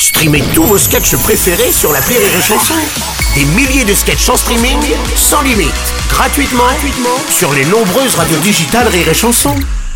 Streamez tous vos sketchs préférés sur l'appli Rire et Chanson. Des milliers de sketchs en streaming, sans limite, gratuitement sur les nombreuses radios digitales Rire et Chanson.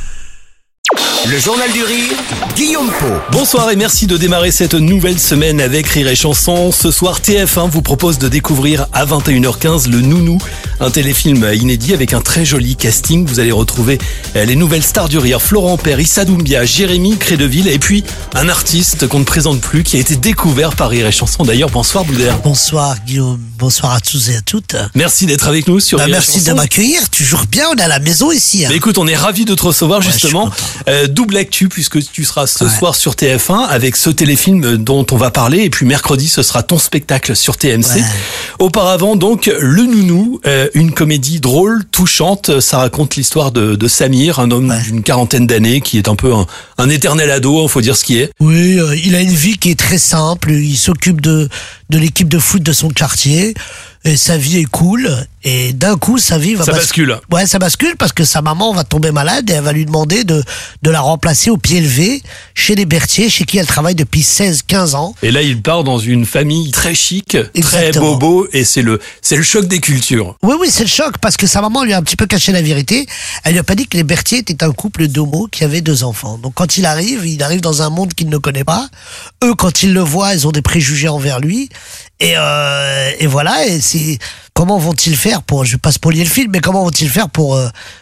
Le Journal du Rire, Guillaume Pau. Bonsoir et merci de démarrer cette nouvelle semaine avec Rire et Chanson. Ce soir, TF1 vous propose de découvrir à 21h15 Le Nounou, un téléfilm inédit avec un très joli casting. Vous allez retrouver les nouvelles stars du rire, Florent Père, Issa Doumbia, Jérémy Crédeville et puis un artiste qu'on ne présente plus qui a été découvert par Rire et Chanson. D'ailleurs, bonsoir Boudère. Bonsoir Guillaume, bonsoir à tous et à toutes. Merci d'être avec nous sur Rire et Merci Chanson. de m'accueillir, toujours bien, on est à la maison ici. Mais écoute, on est ravis de te recevoir justement. Double actu puisque tu seras ce soir sur TF1 avec ce téléfilm dont on va parler et puis mercredi ce sera ton spectacle sur TMC. Auparavant donc Le Nounou, une comédie drôle, touchante. Ça raconte l'histoire de Samir, un homme d'une quarantaine d'années qui est un peu un éternel ado, il faut dire ce qui est. Oui, il a une vie qui est très simple, il s'occupe de l'équipe de foot de son quartier. Et sa vie est cool, et d'un coup sa vie va bascule. Ouais, ça bascule parce que sa maman va tomber malade et elle va lui demander de la remplacer au pied levé chez les Berthier, chez qui elle travaille depuis 16-15 ans. Et là il part dans une famille très chic, très bobo, et c'est le choc des cultures. Oui, c'est le choc parce que sa maman lui a un petit peu caché la vérité. Elle lui a pas dit que les Berthier étaient un couple d'homos qui avait 2 enfants. Donc quand il arrive dans un monde qu'il ne connaît pas. Eux, quand ils le voient, ils ont des préjugés envers lui. Et voilà, et c'est comment vont-ils faire pour, je vais pas spoiler le film, mais comment vont-ils faire pour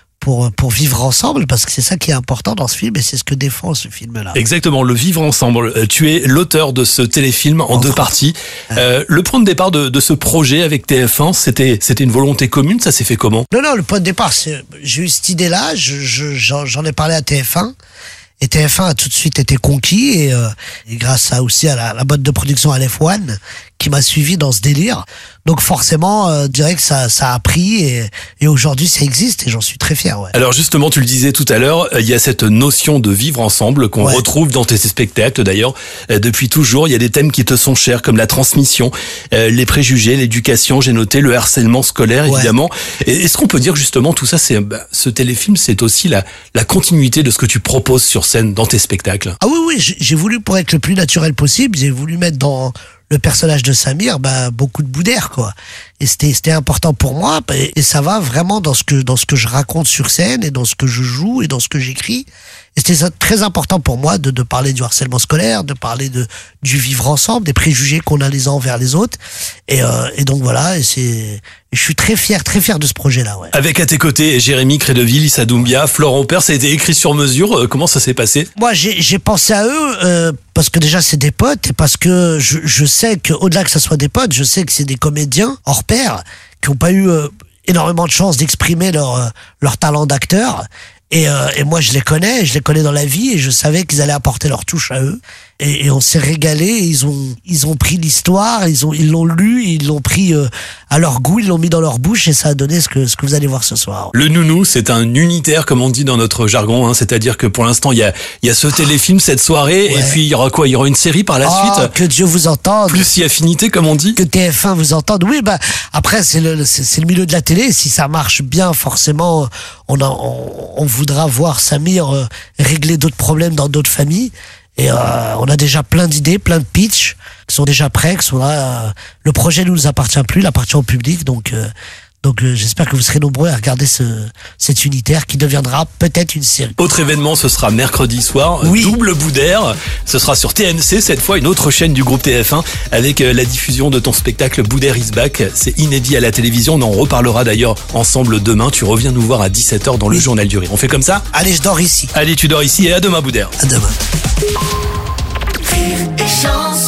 vivre ensemble, parce que c'est ça qui est important dans ce film et c'est ce que défend ce film-là. Exactement, le vivre ensemble. Tu es l'auteur de ce téléfilm en 2 parties. Le point de départ de ce projet avec TF1, c'était une volonté commune, ça s'est fait comment? Non, le point de départ, j'ai eu cette idée-là, j'en ai parlé à TF1. Et TF1 a tout de suite été conquis et grâce aussi à la boîte de production LF1 qui m'a suivi dans ce délire. Donc forcément, je dirais que ça a pris et aujourd'hui ça existe et j'en suis très fier. Ouais. Alors justement, tu le disais tout à l'heure, il y a cette notion de vivre ensemble qu'on retrouve dans tes spectacles d'ailleurs depuis toujours. Il y a des thèmes qui te sont chers comme la transmission, les préjugés, l'éducation, j'ai noté le harcèlement scolaire évidemment. Est-ce qu'on peut dire justement tout ça, ce téléfilm, c'est aussi la continuité de ce que tu proposes sur scène dans tes spectacles? Ah oui, j'ai voulu, pour être le plus naturel possible, j'ai voulu mettre dans le personnage de Samir, beaucoup de Boudère, quoi. Et c'était important pour moi, et ça va vraiment dans ce que je raconte sur scène, et dans ce que je joue, et dans ce que j'écris. Et c'était très important pour moi de parler du harcèlement scolaire, de parler du vivre ensemble, des préjugés qu'on a les uns envers les autres. Et donc voilà, je suis très fier de ce projet-là, ouais. Avec à tes côtés, Jérémy Crédeville, Issa Doumbia, Florent Père, ça a été écrit sur mesure. Comment ça s'est passé? Moi, j'ai pensé à eux, parce que déjà c'est des potes, et parce que je sais qu'au-delà que ça soit des potes, je sais que c'est des comédiens hors pair, qui n'ont pas eu énormément de chance d'exprimer leur talent d'acteur. Et moi je les connais dans la vie et je savais qu'ils allaient apporter leur touche à eux et on s'est régalé. Ils ont pris l'histoire, ils l'ont lu, ils l'ont pris à leur goût, ils l'ont mis dans leur bouche et ça a donné ce que vous allez voir ce soir. Le Nounou, c'est un unitaire comme on dit dans notre jargon, c'est-à-dire que pour l'instant il y a ce téléfilm, cette soirée et puis il y aura quoi? Il y aura une série par la suite. Que Dieu vous entende. Plus si affinité comme on dit. Que TF1 vous entende. Oui, après c'est le milieu de la télé. Si ça marche bien, forcément on voudra voir Samir régler d'autres problèmes dans d'autres familles. Et on a déjà plein d'idées, plein de pitchs qui sont déjà prêts, qui sont là. Le projet ne nous appartient plus, il appartient au public. Donc j'espère que vous serez nombreux à regarder cet unitaire qui deviendra peut-être une série. Autre événement, ce sera mercredi soir, Double Boudère. Ce sera sur TMC, cette fois une autre chaîne du groupe TF1 avec la diffusion de ton spectacle Boudère is back. C'est inédit à la télévision, on en reparlera d'ailleurs ensemble demain. Tu reviens nous voir à 17h dans le Journal du Rire. On fait comme ça? Allez, je dors ici. Allez, tu dors ici et à demain Boudère. À demain. Rire et Chanson.